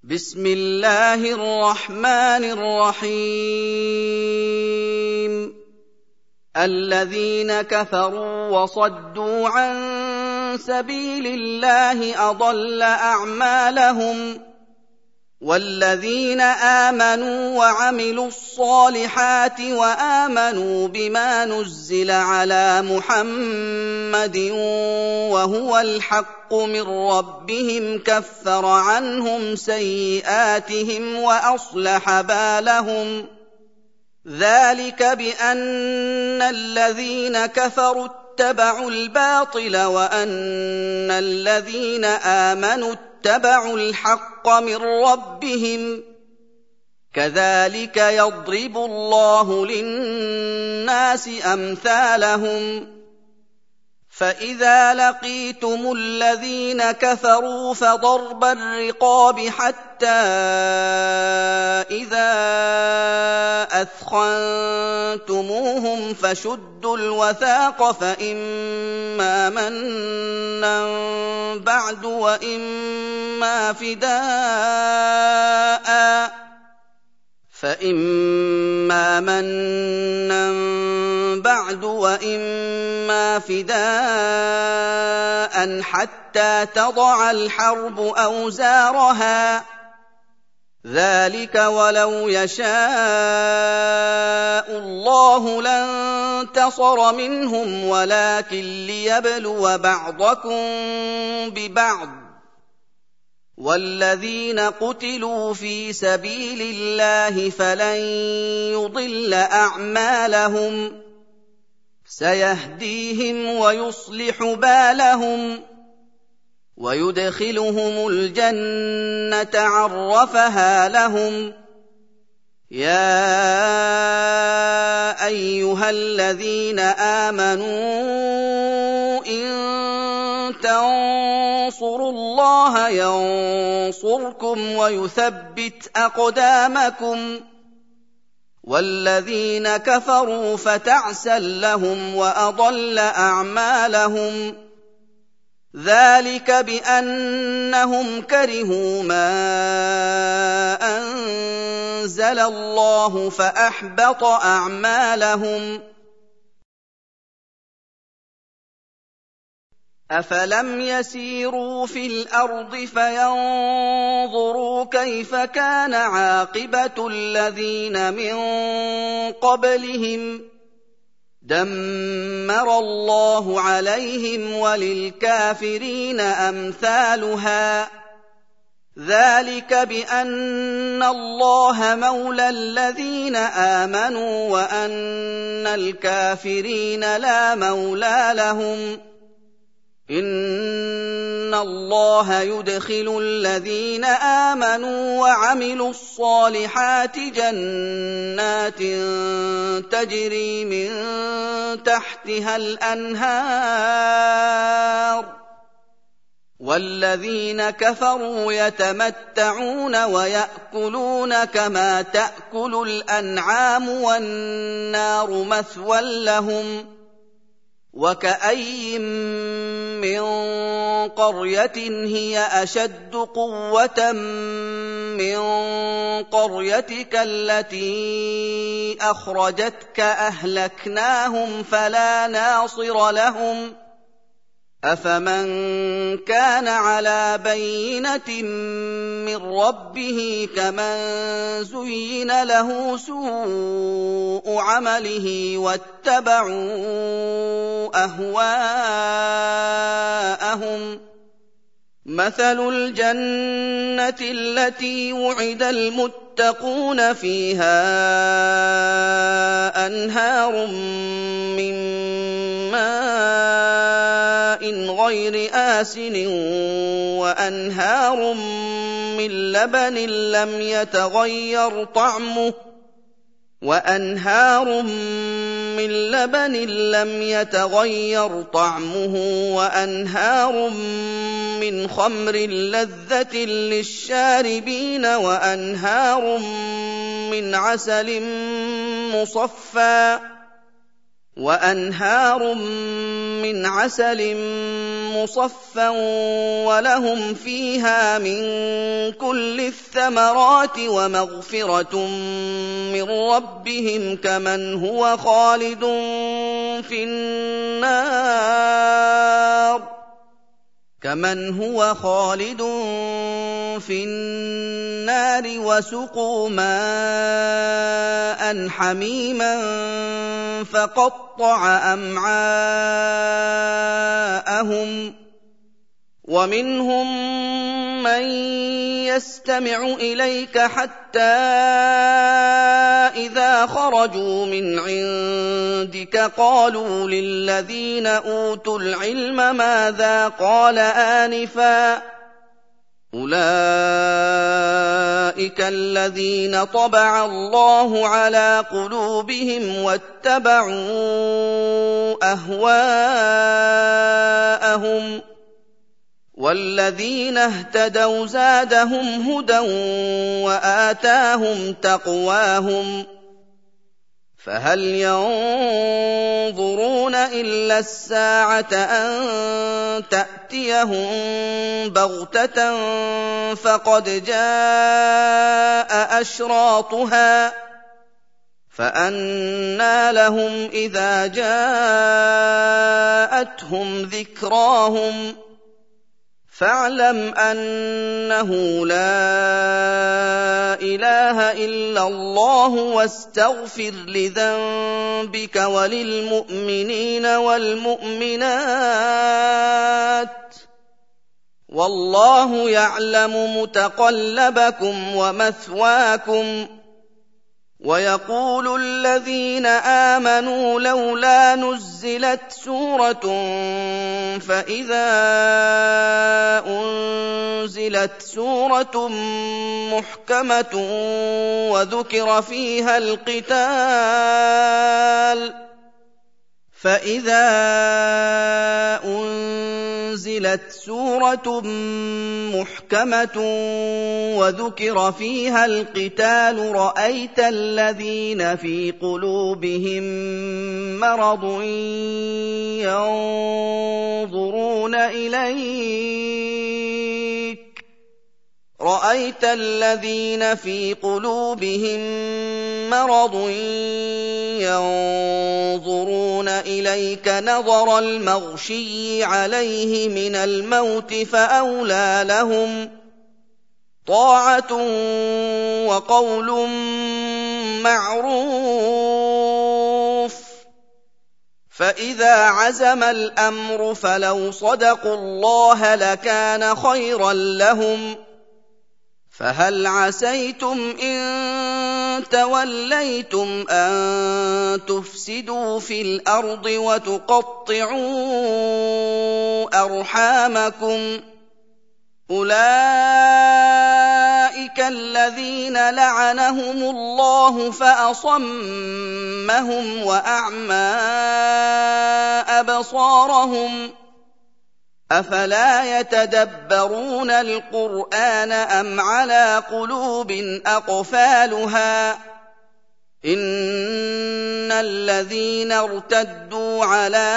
بسم الله الرحمن الرحيم الذين كفروا وصدوا عن سبيل الله أضل أعمالهم والذين آمنوا وعملوا الصالحات وآمنوا بما نزل على محمد وهو الحق من ربهم كفر عنهم سيئاتهم وأصلح بالهم ذلك بأن الذين كفروا اتبعوا الباطل وأن الذين آمنوا اتبعوا الحق من ربهم كذلك يضرب الله للناس أمثالهم فإذا لقيتم الذين كفروا فضرب الرقاب حتى إذا أثخنتموهم فشدوا الوثاق فإما منا بعد وإما فداء حتى تضع الحرب أوزارها ذلك ولو يشاء الله لانتصر منهم ولكن ليبلو بعضكم ببعض والذين قتلوا في سبيل الله فلن يضل أعمالهم سيهديهم ويصلح بالهم ويدخلهم الجنة عرفها لهم يا أيها الذين آمنوا إن تنصروا الله ينصركم ويثبت أقدامكم والذين كفروا فتعسا لهم وأضل أعمالهم ذلك بأنهم كرهوا ما أنزل الله فأحبط أعمالهم أفلم يسيروا في الأرض فينظروا كيف كان عاقبة الذين من قبلهم دمر الله عليهم وللكافرين أمثالها ذلك بأن الله مولى الذين آمنوا وأن الكافرين لا مولى لهم إن الله يدخل الذين آمنوا وعملوا الصالحات جنات تجري من تحتها الأنهار والذين كفروا يتمتعون ويأكلون كما تأكل الأنعام والنار مثوى لهم وكأي من قرية هي أشد قوة من قريتك التي أخرجتك أهلكناهم فلا ناصر لهم أفمن كان على بينة من ربه كمن زين له سوء عمله واتبعوا أهواءهم مثل الجنة التي وعد المتقون فيها أنهار من ماء غير آسن وأنهار من لبن لم يتغير طعمه وأنهار من خمر لذة للشاربين وأنهار من عسل مصفا ولهم فيها من كل الثمرات ومغفرة من ربهم كمن هو خالد في النار وسقوا ماء حميما فقطع أمعاءهم ومنهم من يستمع إليك حتى إذا خرجوا من عندك قالوا للذين أوتوا العلم ماذا قال آنفا أولئك الذين طبع الله على قلوبهم واتبعوا أهواءهم والذين اهتدوا زادهم هدى وآتاهم تقواهم فهل ينظرون إلا الساعة أن تأتيهم بغتة فقد جاء أشراطها فأنى لهم إذا جاءتهم ذكراهم فاعلم أنه لا إله إلا الله واستغفر لذنبك وللمؤمنين والمؤمنات والله يعلم متقلبكم ومثواكم ويقول الذين آمنوا لولا نزلت سورة فإذا أنزلت سورة محكمة وذكر فيها القتال رأيت الذين في قلوبهم مرض ينظرون إليك نظر المغشي عليه من الموت فأولى لهم طاعة وقول معروف فإذا عزم الأمر فلو صدقوا الله لكان خيرا لهم فهل عسيتم إن توليتم أن تفسدوا في الأرض وتقطعوا أرحامكم أولئك الذين لعنهم الله فأصمهم وأعمى أبصارهم أفلا يتدبرون القرآن أم على قلوب أقفالها إن الذين ارتدوا على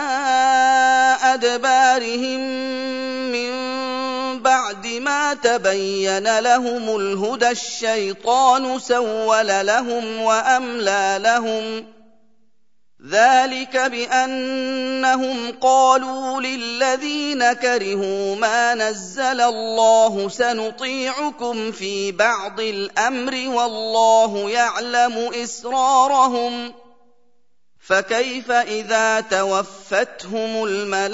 أدبارهم من بعد ما تبين لهم الهدى الشيطان سول لهم وأملى لهم ذلك بأنهم قالوا للذين كرهوا ما نزل الله سنطيعكم في بعض الأمر والله يعلم إسرارهم فكيف إذا توفتهم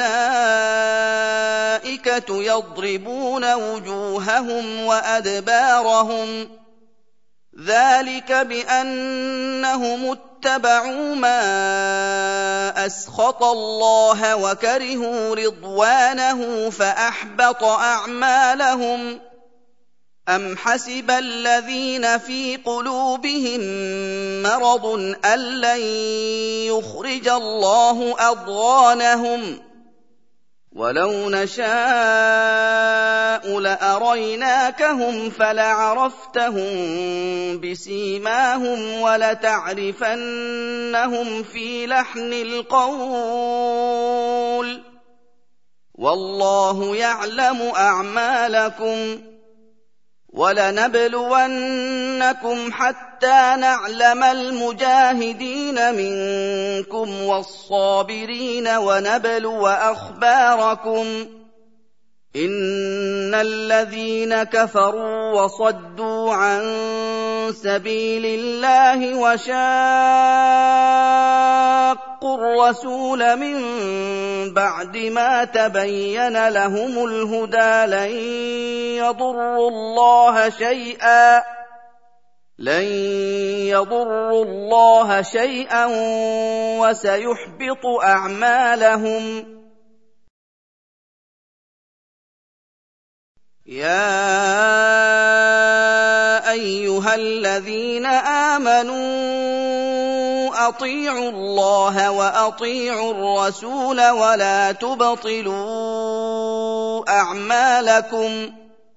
الملائكة يضربون وجوههم وأدبارهم ذلك بأنهم اتبعوا ما أسخط الله وكرهوا رضوانه فأحبط أعمالهم أم حسب الذين في قلوبهم مرض أن لن يخرج الله أضغانهم ولو نشاء لأريناكهم فلعرفتهم بسيماهم ولتعرفنهم في لحن القول وَاللَّهُ يَعْلَمُ أَعْمَالَكُمْ ۚ وَلَنَبْلُوَنَّكُمْ حَتَّىٰ نَعْلَمَ الْمُجَاهِدِينَ مِنكُمْ وَالصَّابِرِينَ وَنَبْلُوَ أَخْبَارَكُمْ ۚ إِنَّ الَّذِينَ كَفَرُوا وَصَدُّوا عَن سَبِيلِ اللَّهِ وَشَاقُّوا الرَّسُولَ مِن بَعْدِ مَا تَبَيَّنَ لَهُمُ الْهُدَىٰ لَن يَضُرُّوا اللَّهَ شَيْئًا وَسَيُحْبِطُ أَعْمَالَهُمْ. يَا أَيُّهَا الَّذِينَ آمَنُوا أَطِيعُوا اللَّهَ وَأَطِيعُوا الرَّسُولَ وَلَا تُبْطِلُوا أَعْمَالَكُمْ.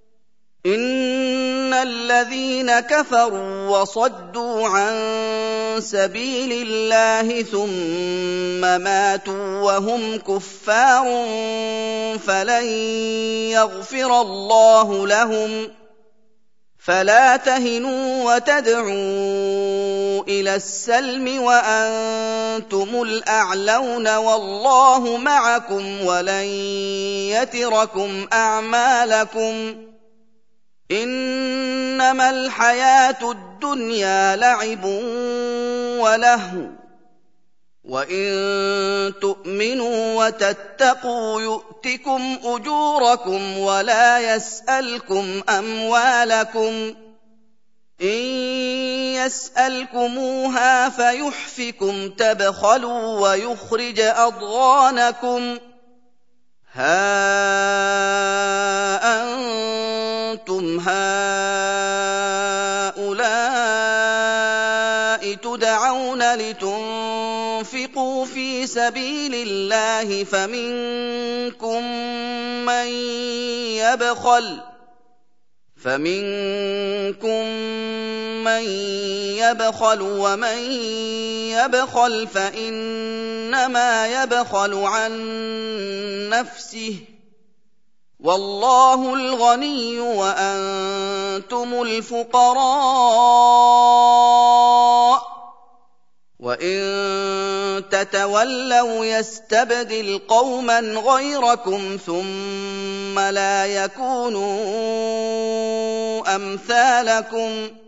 إِنَّ الَّذِينَ كَفَرُوا وَصَدُّوا عَن سَبِيلِ اللَّهِ ثُمَّ مَاتُوا وَهُمْ كُفَّارٌ فَلَن يَغْفِرَ اللَّهُ لَهُمْ. فَلَا تَهِنُوا وَتَدْعُوا إِلَى السَّلْمِ وَأَنتُمُ الْأَعْلَوْنَ وَاللَّهُ مَعَكُمْ وَلَن يَتِرَكُمْ أَعْمَالَكُمْ. إِنَّمَا الْحَيَاةُ الدُّنْيَا لَعِبٌ وَلَهْوٌ ۖ وَإِن تُؤْمِنُوا وَتَتَّقُوا يُؤْتِكُمْ أُجُورَكُمْ وَلَا يَسْأَلْكُمْ أَمْوَالَكُمْ. إِن يَسْأَلْكُمُوهَا فَيُحْفِكُمْ تَبْخَلُوا وَيُخْرِجْ أَضْغَانَكُمْ. هَا أَنتُمْ هَٰؤُلَاءِ تُدْعَوْنَ لِتُنفِقُوا فِي سَبِيلِ اللَّهِ فَمِنكُم مَّن يَبْخَلُ وَمَن يَبْخَلْ فَإِنَّمَا يَبْخَلُ عَن نَّفْسِهِ ۚ وَاللَّهُ الْغَنِيُّ وَأَنتُمُ الْفُقَرَاءُ ۚ وَإِن تَتَوَلَّوْا يَسْتَبْدِلْ قَوْمًا غَيْرَكُمْ ثُمَّ لَا يَكُونُوا أَمْثَالَكُمْ.